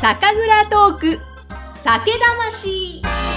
酒蔵トーク酒魂。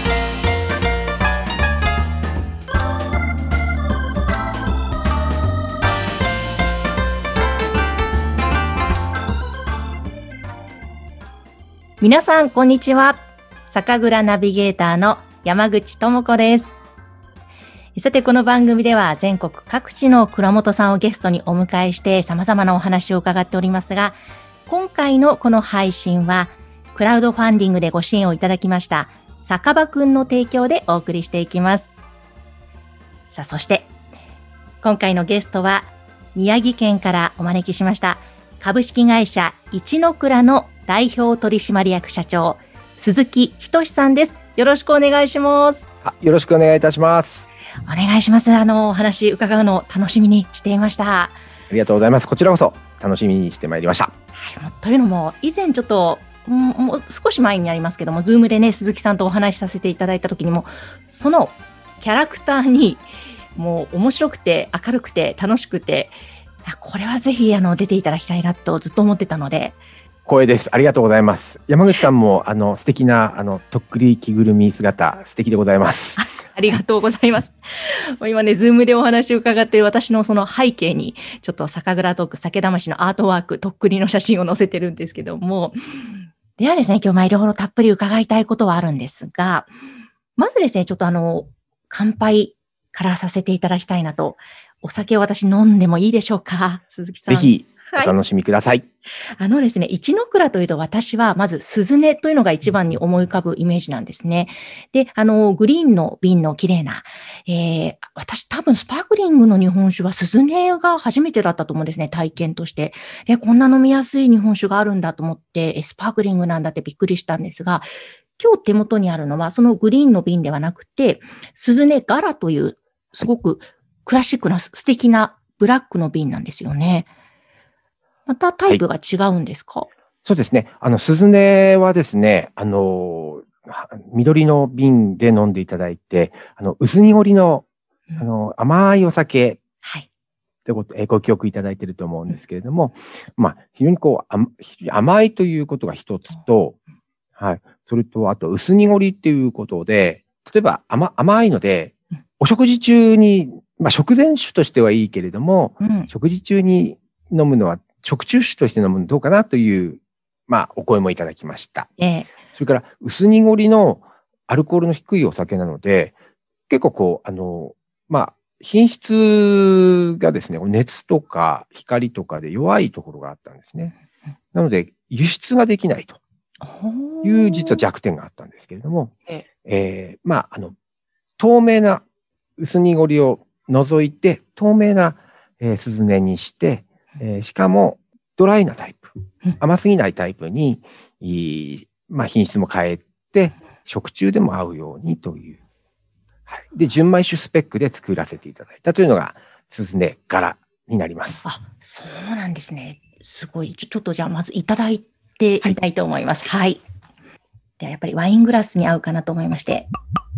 皆さんこんにちは。酒蔵ナビゲーターの山口智子です。さてこの番組では全国各地の蔵元さんをゲストにお迎えして様々なお話を伺っておりますが、今回のこの配信はクラウドファンディングでご支援をいただきました酒場くんの提供でお送りしていきます。さあそして今回のゲストは宮城県からお招きしました株式会社一の蔵の代表取締役社長鈴木仁さんです。よろしくお願いします。 よろしくお願いいたします。 お願いします。お話伺うのを楽しみにしていました。 ありがとうございます。こちらこそ楽しみにしてまいりました。 はい、というのも以前ちょっともう少し前になりますけども、ズームでね鈴木さんとお話しさせていただいた時にもそのキャラクターにもう面白くて明るくて楽しくて、これはぜひ出ていただきたいなとずっと思ってたので。 光栄です。ありがとうございます。山口さんも素敵なとっくり着ぐるみ姿素敵でございます。 ありがとうございます。今ね、ズームでお話を伺っている私のその背景に、ちょっと酒蔵トーク、酒魂のアートワーク、とっくりの写真を載せてるんですけども、ではですね、今日いろいろたっぷり伺いたいことはあるんですが、まずですね、ちょっと乾杯からさせていただきたいなと、お酒を私飲んでもいいでしょうか、鈴木さん。 ぜひ、お楽しみください。 ですね、一の蔵というと私はまず鈴音というのが一番に思い浮かぶイメージなんですね。で、グリーンの瓶の綺麗な、私多分スパークリングの日本酒は鈴音が初めてだったと思うんですね、体験として。で、こんな飲みやすい日本酒があるんだと思って、スパークリングなんだってびっくりしたんですが、今日手元にあるのはそのグリーンの瓶ではなくて、鈴音ガラというすごくクラシックな素敵なブラックの瓶なんですよね。またタイプが違うんですか？ そうですね。鈴音はですね、緑の瓶で飲んでいただいて、薄濁りの、甘いお酒でご記憶いただいていると思うんですけれども、非常に甘いということが一つと、はい。それと、あと、薄濁りっていうことで、例えば甘いので、お食事中に、食前酒としてはいいけれども、食事中に飲むのは、食中酒として飲むのどうかなという、お声もいただきました。それから、薄濁りのアルコールの低いお酒なので、結構品質がですね、熱とか光とかで弱いところがあったんですね。なので、輸出ができないという実は弱点があったんですけれども、透明な薄濁りを除いて、透明な、鈴音にして、しかも、ドライなタイプ。甘すぎないタイプに、品質も変えて、食中でも合うようにという。はい。で、純米酒スペックで作らせていただいたというのが、鈴音柄になります。 そうなんですね。すごい。ちょっとじゃあ、まずいただいてみたいと思います。はい。では、やっぱりワイングラスに合うかなと思いまして。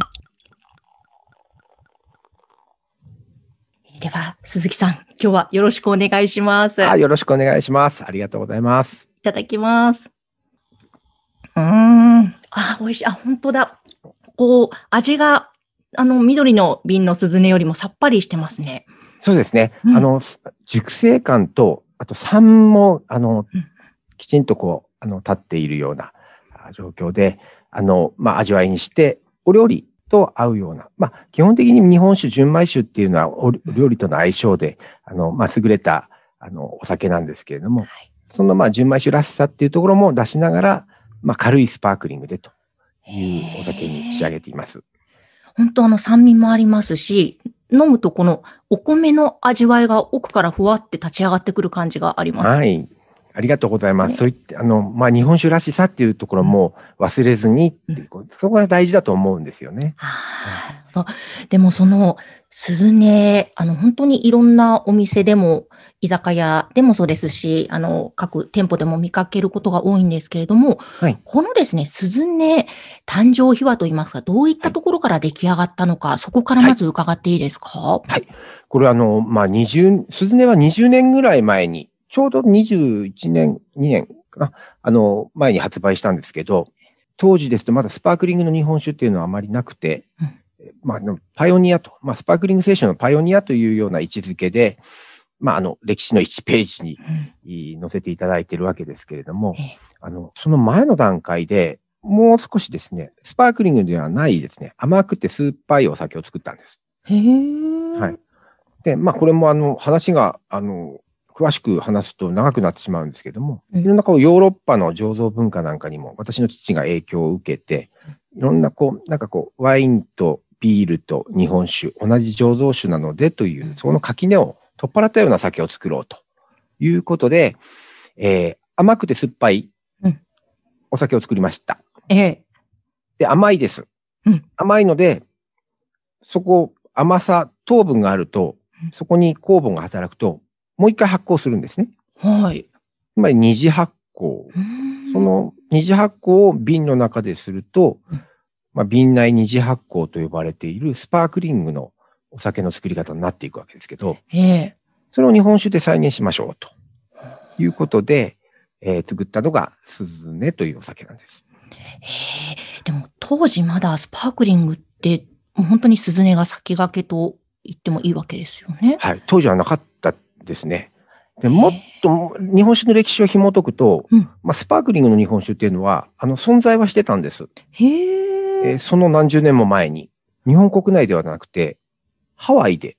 では、鈴木さん、今日はよろしくお願いします。 よろしくお願いします。ありがとうございます。 いただきます。美味しい。本当だ。味が、緑の瓶の鈴音よりもさっぱりしてますね。 そうですね。熟成感と、あと酸も、きちんと立っているような状況で、味わいにして、お料理と合うような。基本的に日本酒、純米酒っていうのはお料理との相性で、優れた、お酒なんですけれども、その純米酒らしさっていうところも出しながら、軽いスパークリングでというお酒に仕上げています。 本当酸味もありますし、飲むとこのお米の味わいが奥からふわって立ち上がってくる感じがあります。 はい。ありがとうございます。そういった日本酒らしさっていうところも忘れずにっていう、そこが大事だと思うんですよね。 でもその鈴音、本当にいろんなお店でも居酒屋でもそうですし、各店舗でも見かけることが多いんですけれども、このですね、鈴音誕生秘話といいますか、どういったところから出来上がったのか、そこからまず伺っていいですか？ はい。これ鈴音は20年ぐらい前に、ちょうど21年、2年かな。前に発売したんですけど、当時ですとまだスパークリングの日本酒っていうのはあまりなくて、パイオニアと、スパークリング聖書のパイオニアというような位置づけで、歴史の1ページに載せていただいているわけですけれども、その前の段階で、もう少しですね、スパークリングではないですね、甘くて酸っぱいお酒を作ったんです。 へー。 はい。で、これも話が、詳しく話すと長くなってしまうんですけども、いろんなヨーロッパの醸造文化なんかにも私の父が影響を受けて、いろんなワインとビールと日本酒、同じ醸造酒なのでという、その垣根を取っ払ったような酒を作ろうということで、甘くて酸っぱいお酒を作りました。で、甘いです。甘いので、甘さ、糖分があると、そこに酵母が働くと、もう一回発酵するんですね。 はい。 つまり二次発酵。その二次発酵を瓶の中ですると、瓶内二次発酵と呼ばれているスパークリングのお酒の作り方になっていくわけですけど、それを日本酒で再現しましょうということで、作ったのがスズネというお酒なんです。 でも当時まだスパークリングって本当にスズネが先駆けと言ってもいいわけですよね。 はい。当時はなかったですね。でもっと日本酒の歴史を紐解くと、スパークリングの日本酒っていうのは、存在はしてたんです。その何十年も前に、日本国内ではなくて、ハワイ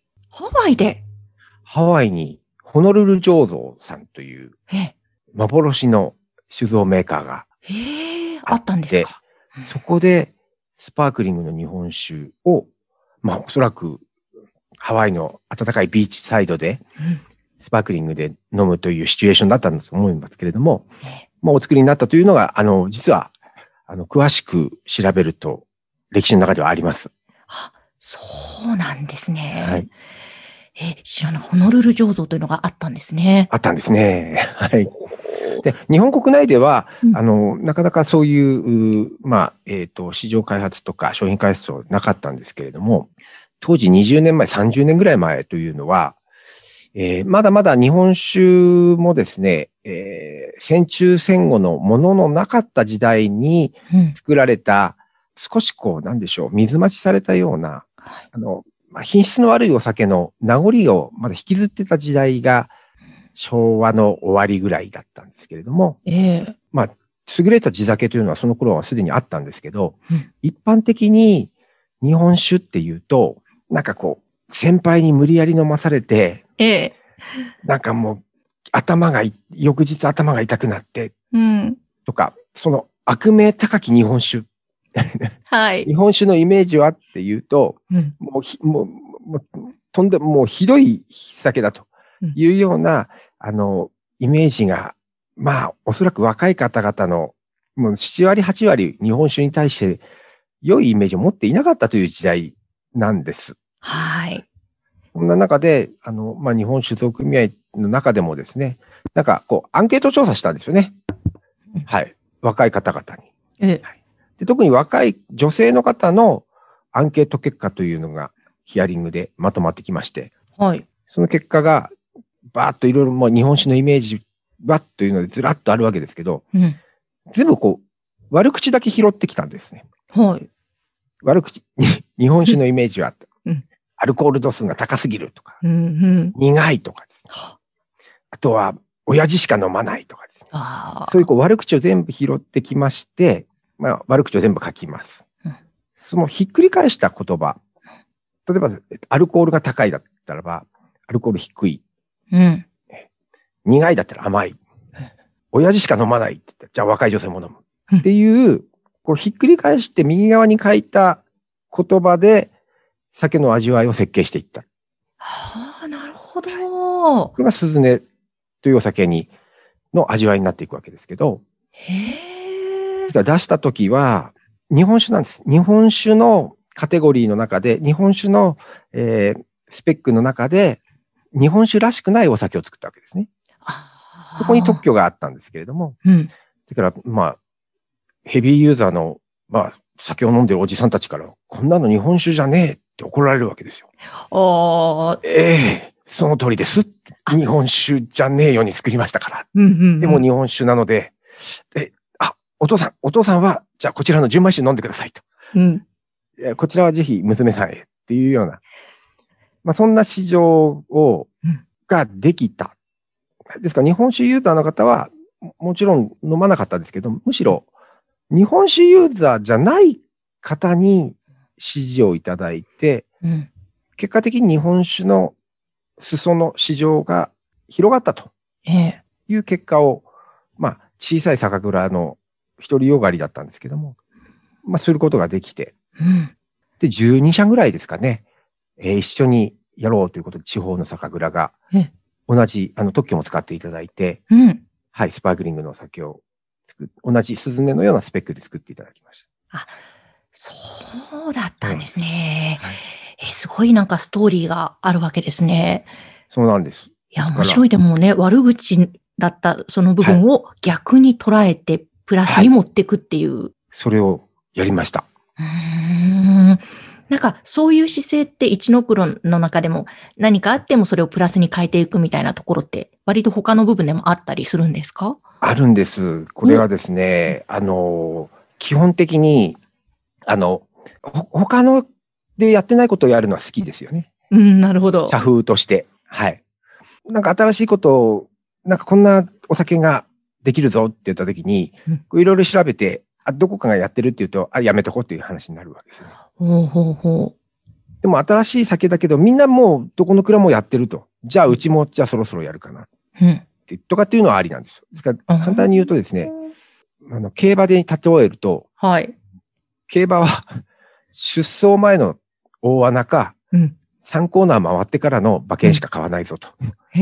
に、ホノルル醸造さんという、幻の酒造メーカーがあったんですか。 そこで、スパークリングの日本酒を、おそらく、ハワイの暖かいビーチサイドで、スパークリングで飲むというシチュエーションだったんだと思いますけれども、お作りになったというのが、実は、詳しく調べると、歴史の中ではあります。 そうなんですね。 はい。 知らない、ホノルル醸造というのがあったんですね。 あったんですね。はい。で、日本国内では、なかなかそういう、市場開発とか商品開発はなかったんですけれども、当時20年前、30年ぐらい前というのは、まだまだ日本酒もですね、戦中戦後のもののなかった時代に作られた、少しなんでしょう、水増しされたような、品質の悪いお酒の名残をまだ引きずってた時代が、昭和の終わりぐらいだったんですけれども、優れた地酒というのはその頃はすでにあったんですけど、一般的に日本酒っていうと、先輩に無理やり飲まされて、翌日頭が痛くなって、とか、その悪名高き日本酒。日本酒のイメージはっていうと、もうひどい酒だというような、イメージが、おそらく若い方々の、もう7割、8割日本酒に対して良いイメージを持っていなかったという時代なんです。 はい。 そんな中で、日本酒造組合の中でもですね、アンケート調査したんですよね。はい。若い方々に。で、特に若い女性の方のアンケート結果というのがヒアリングでまとまってきまして、その結果が、バーッといろいろ日本酒のイメージはというのでずらっとあるわけですけど、全部悪口だけ拾ってきたんですね。悪口、日本酒のイメージは、アルコール度数が高すぎるとか、苦いとかですね。あとは、親父しか飲まないとかですね。そういう悪口を全部拾ってきまして、悪口を全部書きます。そのひっくり返した言葉、例えば、アルコールが高いだったらば、アルコール低い。苦いだったら甘い。親父しか飲まないって言ったら、じゃあ若い女性も飲む。っていう、ひっくり返して右側に書いた言葉で、酒の味わいを設計していった。 なるほど。 これがスズネというお酒の味わいになっていくわけですけど、ですから出したときは、日本酒なんです。日本酒のカテゴリーの中で、日本酒の、スペックの中で、日本酒らしくないお酒を作ったわけですね。そこに特許があったんですけれども、だから、ヘビーユーザーの、酒を飲んでるおじさんたちから、こんなの日本酒じゃねえって怒られるわけですよ。その通りです。日本酒じゃねえように作りましたから。でも日本酒なので、 お父さんは、じゃあこちらの純米酒飲んでくださいと。 うん。 こちらはぜひ娘さんへっていうような、まあそんな市場ができた。ですから日本酒ユーザーの方は、もちろん飲まなかったですけど、むしろ日本酒ユーザーじゃない方に支持をいただいて、結果的に日本酒の裾の市場が広がったという結果を、まあ小さい酒蔵の一人よがりだったんですけども、まあすることができて、で、12社ぐらいですかね、一緒にやろうということで地方の酒蔵が同じ特許も使っていただいて、はい、スパークリングのお酒を同じスズネのようなスペックで作っていただきました。 そうだったんですね。すごいなんかストーリーがあるわけですね。 そうなんです。いや、面白い。でもね、悪口だったその部分を逆に捉えて、プラスに持っていくっていう、 それをやりました。 なんか、そういう姿勢って一ノ黒の中でも何かあってもそれをプラスに変えていくみたいなところって割と他の部分でもあったりするんですか？ あるんです。これはですね、基本的に、他のでやってないことをやるのは好きですよね。 なるほど。 社風として。はい。なんか新しいことを、なんかこんなお酒ができるぞって言ったときに、いろいろ調べて、どこかがやってるって言うと、やめとこうっていう話になるわけですよね。でも新しい酒だけど、みんなもうどこの蔵もやってると。じゃあうちもじゃあそろそろやるかな。とかっていうのはありなんですよ。ですから簡単に言うとですね、競馬で例えると、競馬は出走前の大穴か、3コーナー回ってからの馬券しか買わないぞと。はい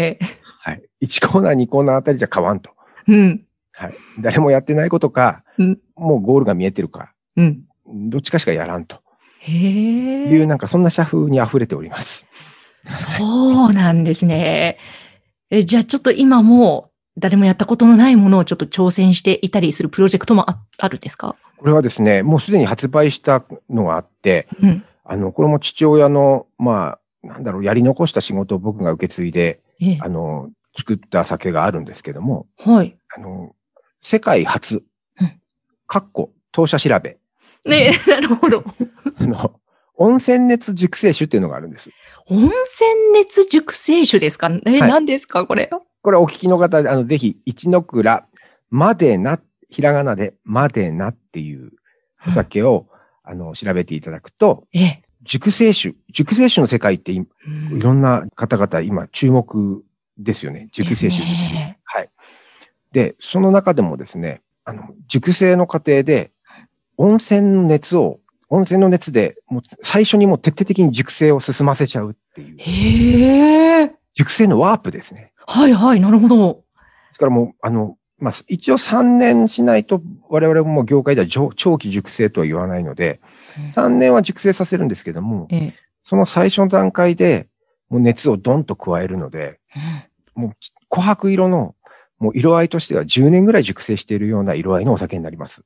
。1コーナー、2コーナーあたりじゃ買わんと。はい。誰もやってないことか、もうゴールが見えてるか、どっちかしかやらんと。いう、なんかそんな社風に溢れております。 そうなんですね。じゃあちょっと今も誰もやったことのないものをちょっと挑戦していたりするプロジェクトもあるんですか？ これはですね、もうすでに発売したのがあって、これも父親の、まあ、なんだろう、やり残した仕事を僕が受け継いで、作った酒があるんですけども、世界初、当社調べ。 ね、なるほど。 温泉熱熟成酒っていうのがあるんです。 温泉熱熟成酒ですか？何ですかこれ。 これお聞きの方、ぜひ、一ノ蔵、までな、ひらがなで、までなっていうお酒を、調べていただくと、熟成酒の世界っていろんな方々今注目ですよね。熟成酒。はい。で、その中でもですね、熟成の過程で、温泉の熱で、もう最初にもう徹底的に熟成を進ませちゃうっていう。熟成のワープですね。 はいはい、なるほど。 ですからもう、まあ、一応3年しないと我々も業界では長期熟成とは言わないので、3年は熟成させるんですけども、その最初の段階でもう熱をドンと加えるので、もう琥珀色のもう色合いとしては10年ぐらい熟成しているような色合いのお酒になります。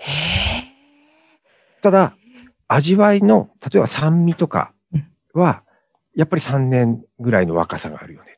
ただ、味わいの、例えば酸味とかは、やっぱり3年ぐらいの若さがあるよね。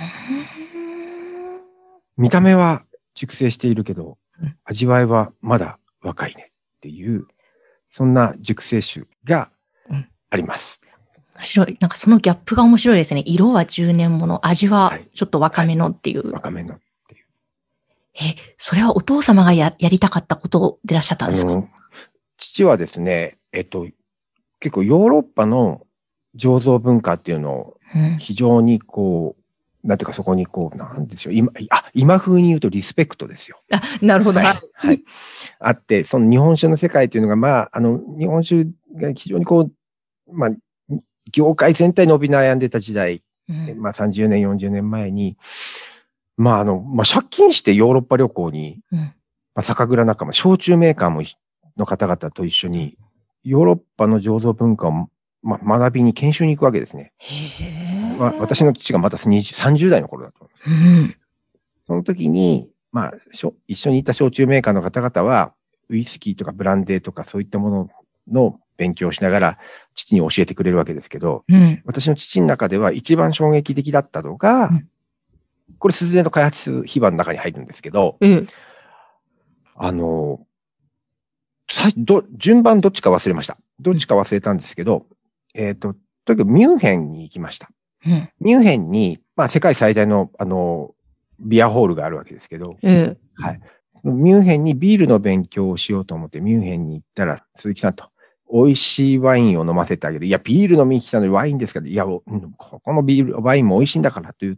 見た目は熟成しているけど、味わいはまだ若いねっていう、そんな熟成酒があります。 面白い。なんかそのギャップが面白いですね。色は10年もの、味はちょっと若めのっていう。 若めのっていう。 それはお父様がやりたかったことでいらっしゃったんですか？ 父はですね、結構ヨーロッパの醸造文化っていうのを非常にこう、なんていうかそこにこう、なんでしょう、今風に言うとリスペクトですよ。 なるほど。 はい。あって、その日本酒の世界っていうのが、まあ、日本酒が非常にこう、まあ、業界全体伸び悩んでた時代、まあ30年、40年前に、まあ借金してヨーロッパ旅行に、まあ酒蔵仲間、焼酎メーカーの方々と一緒に、ヨーロッパの醸造文化を、まあ、学びに研修に行くわけですね。私の父がまだ30代の頃だと思います。その時に、まあ、一緒に行った焼酎メーカーの方々は、ウイスキーとかブランデーとかそういったものの勉強をしながら、父に教えてくれるわけですけど、私の父の中では一番衝撃的だったのが、これ、スズメの開発秘話の中に入るんですけど、 順番どっちか忘れました。どっちか忘れたんですけど、とにかくミュンヘンに行きました。 うん、 ミュンヘンに、世界最大の、ビアホールがあるわけですけど、はい。ミュンヘンにビールの勉強をしようと思ってミュンヘンに行ったら、鈴木さんと、美味しいワインを飲ませてあげる。いや、ビール飲みに来たのにワインですから、いや、ここのワインも美味しいんだからと言って、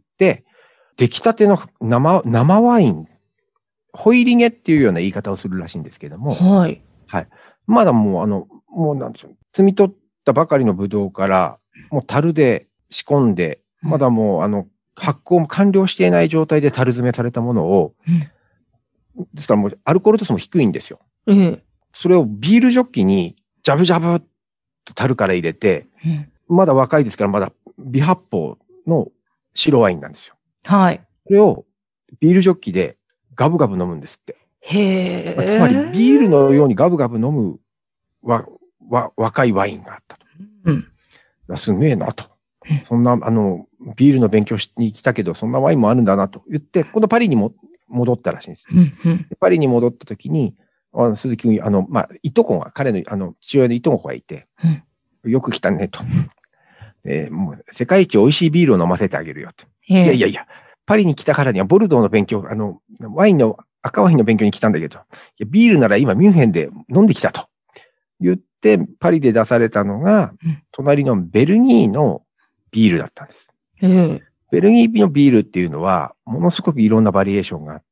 出来たての生ワイン、ホイリゲっていうような言い方をするらしいんですけども、 はい。 はい。まだもうなんでしょう。摘み取ったばかりのブドウから、もう樽で仕込んで、まだもう発酵も完了していない状態で樽詰めされたものを、ですからもうアルコール度数も低いんですよ。それをビールジョッキにジャブジャブっと樽から入れて、まだ若いですからまだ微発泡の白ワインなんですよ。 はい。 それをビールジョッキでガブガブ飲むんですって。 へー。 つまりビールのようにガブガブ飲む若いワインがあったと。すげえなと。そんな、ビールの勉強しに来たけど、そんなワインもあるんだなと言って、今度パリにも戻ったらしいんです。パリに戻った時に、鈴木君、いとこが、彼の、父親のいとこがいて、よく来たねと。もう世界一美味しいビールを飲ませてあげるよと。いや、パリに来たからにはボルドーの勉強、赤ワインの勉強に来たんだけど、いやビールなら今ミュンヘンで飲んできたと言って、パリで出されたのが、隣のベルギーのビールだったんです。ベルギーのビールっていうのは、ものすごくいろんなバリエーションがあって、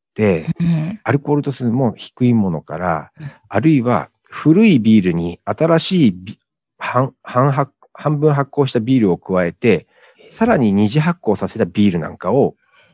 アルコール度数も低いものから、あるいは古いビールに新しい半分発酵したビールを加えて、さらに二次発酵させたビールなんかを、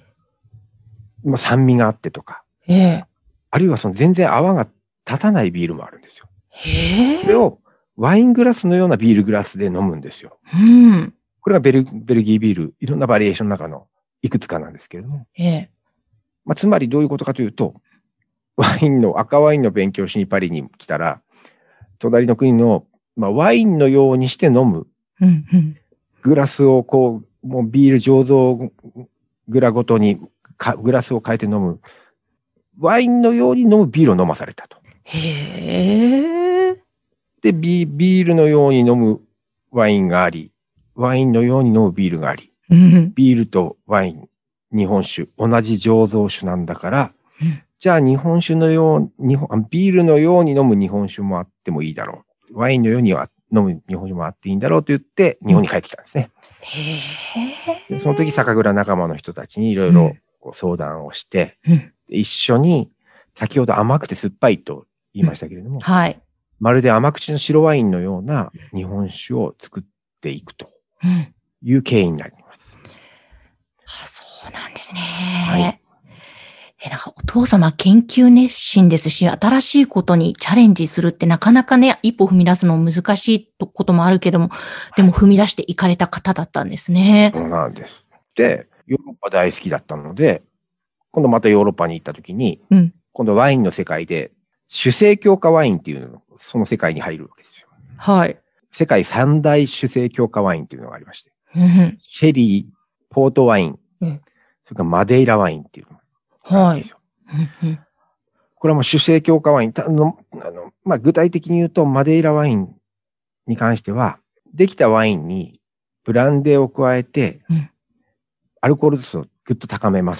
酸味があってとか、あるいは全然泡が立たないビールもあるんですよ。それをワイングラスのようなビールグラスで飲むんですよ。これがベルギービール、いろんなバリエーションの中のいくつかなんですけれども。つまりどういうことかというと、赤ワインの勉強しにパリに来たら、隣の国の、ワインのようにして飲む。グラスをもうビール醸造蔵ごとにグラスを変えて飲む。ワインのように飲むビールを飲まされたと。で、ビールのように飲むワインがあり、ワインのように飲むビールがあり、ビールとワイン、日本酒、同じ醸造酒なんだから、じゃあ日本酒のように、ビールのように飲む日本酒もあってもいいだろう。ワインのようには飲む日本酒もあっていいんだろうと言って、日本に帰ってきたんですね。でその時、酒蔵仲間の人たちにいろいろ相談をして、一緒に、先ほど甘くて酸っぱいと言いましたけれども、まるで甘口の白ワインのような日本酒を作っていくという経緯になります。 そうなんですね。なんかお父様研究熱心ですし、新しいことにチャレンジするってなかなかね、一歩踏み出すの難しいこともあるけども、でも踏み出していかれた方だったんですね。 そうなんです。で、ヨーロッパ大好きだったので、今度またヨーロッパに行った時に、今度ワインの世界で、酒精強化ワインっていうのが、その世界に入るわけですよ。世界三大酒精強化ワインっていうのがありまして、シェリー、ポートワイン、それからマデイラワインっていうの。これはもう酒精強化ワイン。具体的に言うと、マデイラワインに関しては、できたワインにブランデーを加えて、アルコール度数をぐっと高めます。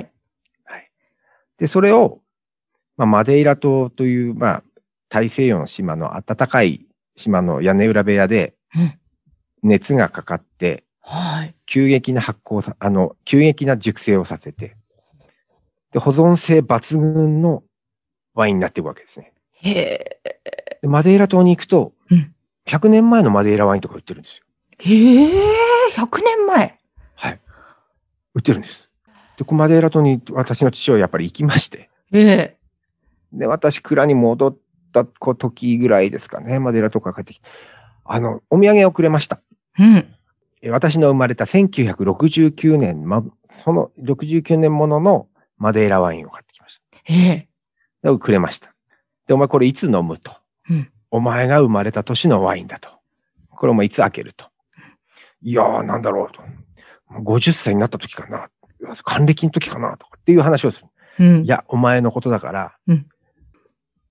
で、それを、マデイラ島という、大西洋の島の暖かい島の屋根裏部屋で、熱がかかって、急激な急激な熟成をさせて、で、保存性抜群のワインになっていくわけですね。でマデイラ島に行くと、100年前のマデイラワインとか売ってるんですよ。 100年前売ってるんです。で、マデイラ島に私の父親やっぱり行きまして。で、私、蔵に戻った時ぐらいですかね、マデイラ島から帰ってきて、お土産をくれました。私の生まれた1969年、その69年もののマデイラワインを買ってきました。で、くれました。で、お前これいつ飲むと。お前が生まれた年のワインだと。これお前いつ開けると。いやー、なんだろうと。50歳になった時かな。還暦の時かなとかっていう話をする。いや、お前のことだから、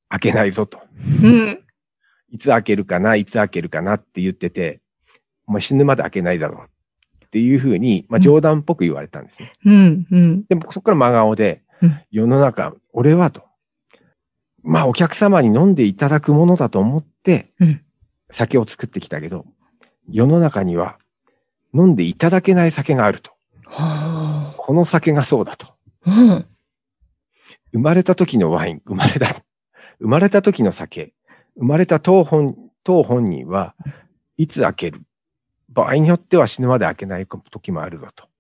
開けないぞと。いつ開けるかなって言ってて、お前死ぬまで開けないだろうっていうふうに、冗談っぽく言われたんですね。でもそこから真顔で、世の中、俺はと。お客様に飲んでいただくものだと思って、酒を作ってきたけど、世の中には飲んでいただけない酒があると。この酒がそうだと。生まれた時のワイン、生まれた時の酒、生まれた当本人はいつ開ける。場合によっては死ぬまで開けない時もあるぞと。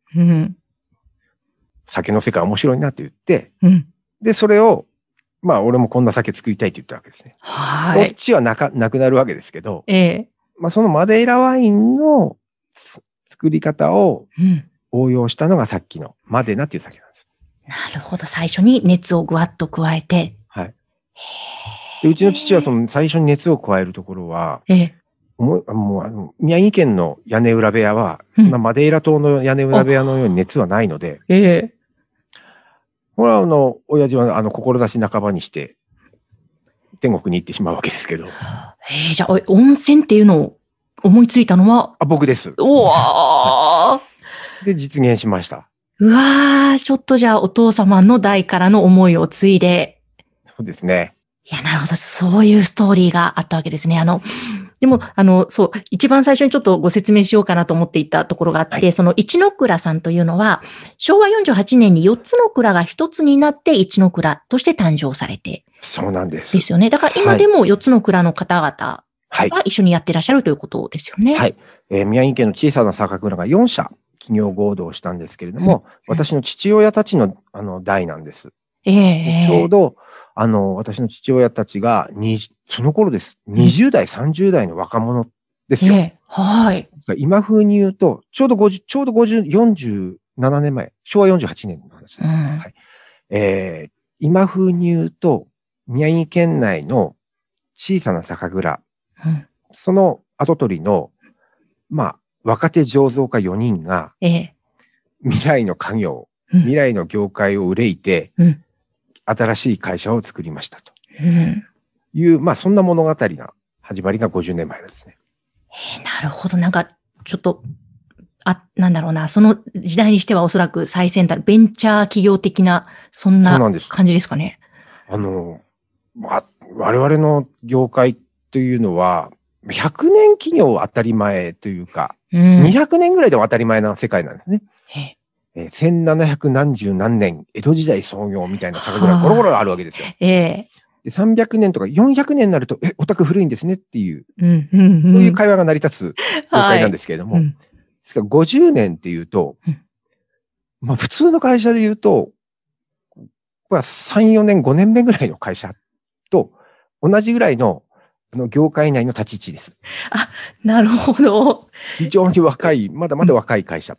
酒の世界面白いなって言って、で、それを、俺もこんな酒作りたいって言ったわけですね。こっちはなくなるわけですけど、そのマデイラワインの作り方を応用したのがさっきのマデナっていう酒なんです。 なるほど。最初に熱をぐわっと加えて。 はい。でうちの父はその最初に熱を加えるところは、宮城県の屋根裏部屋は、マデイラ島の屋根裏部屋のように熱はないので、これは親父は志半ばにして、天国に行ってしまうわけですけど。 じゃあ、温泉っていうのを思いついたのは僕です。で、実現しました。 うわー、ちょっとじゃあ、お父様の代からの思いを継いで。 そうですね。 いや、なるほど。そういうストーリーがあったわけですね。でも、一番最初にちょっとご説明しようかなと思っていたところがあって、その一の蔵さんというのは、昭和48年に4つの蔵が1つになって一の蔵として誕生されて。 そうなんです。 ですよね。だから今でも4つの蔵の方々が一緒にやってらっしゃるということですよね。 はい。宮城県の小さな酒蔵が4社企業合同したんですけれども、私の父親たちの代なんです。ちょうど、私の父親たちが、その頃です。20代、30代の若者ですよ。今風に言うと、ちょうど47年前、昭和48年の話です。今風に言うと、宮城県内の小さな酒蔵、その跡取りの、若手醸造家4人が、未来の家業、未来の業界を憂いて、新しい会社を作りましたという、そんな物語な始まりが50年前ですね。 なるほど。なんか、ちょっと、なんだろうな、その時代にしてはおそらく最先端、ベンチャー企業的な、そんな感じですかね。 我々の業界というのは、100年企業当たり前というか、200年ぐらいでも当たり前な世界なんですね。1700何十何年、江戸時代創業みたいな酒蔵ゴロゴロあるわけですよ。で300年とか400年になると、お宅古いんですねっていう、そういう会話が成り立つ業界なんですけれども、ですから50年っていうと、普通の会社で言うと、これは3、4年、5年目ぐらいの会社と同じぐらいの業界内の立ち位置です。 なるほど。 非常に若い、まだまだ若い会社。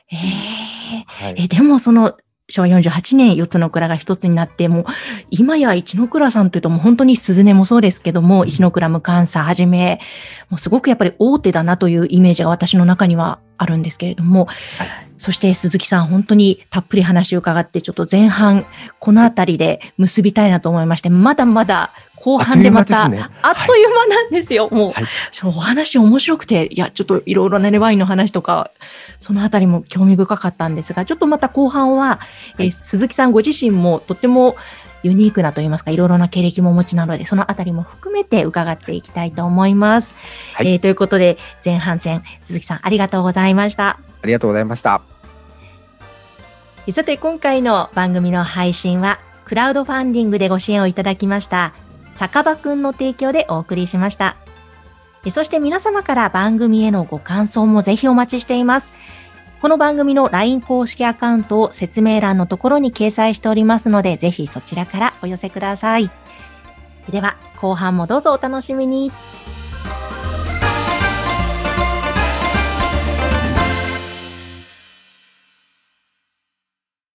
でも昭和48年4つの蔵が1つになって、もう今や一の蔵さんというともう本当に鈴音もそうですけども、一の蔵無鑑査はじめ、もうすごくやっぱり大手だなというイメージが私の中にはあるんですけれども、そして鈴木さん本当にたっぷり話を伺って、ちょっと前半このあたりで結びたいなと思いまして、まだまだ後半でまたあっという間なんですよ。もう、お話面白くて、いやちょっといろいろなワインの話とかそのあたりも興味深かったんですが、ちょっとまた後半は、鈴木さんご自身もとってもユニークなといいますか、いろいろな経歴もお持ちなので、そのあたりも含めて伺っていきたいと思います。ということで前半戦、鈴木さんありがとうございました。 ありがとうございました。 さて今回の番組の配信はクラウドファンディングでご支援をいただきました酒場くんの提供でお送りしました。そして皆様から番組へのご感想もぜひお待ちしています。この番組の LINE 公式アカウントを説明欄のところに掲載しておりますので、ぜひそちらからお寄せください。では後半もどうぞお楽しみに。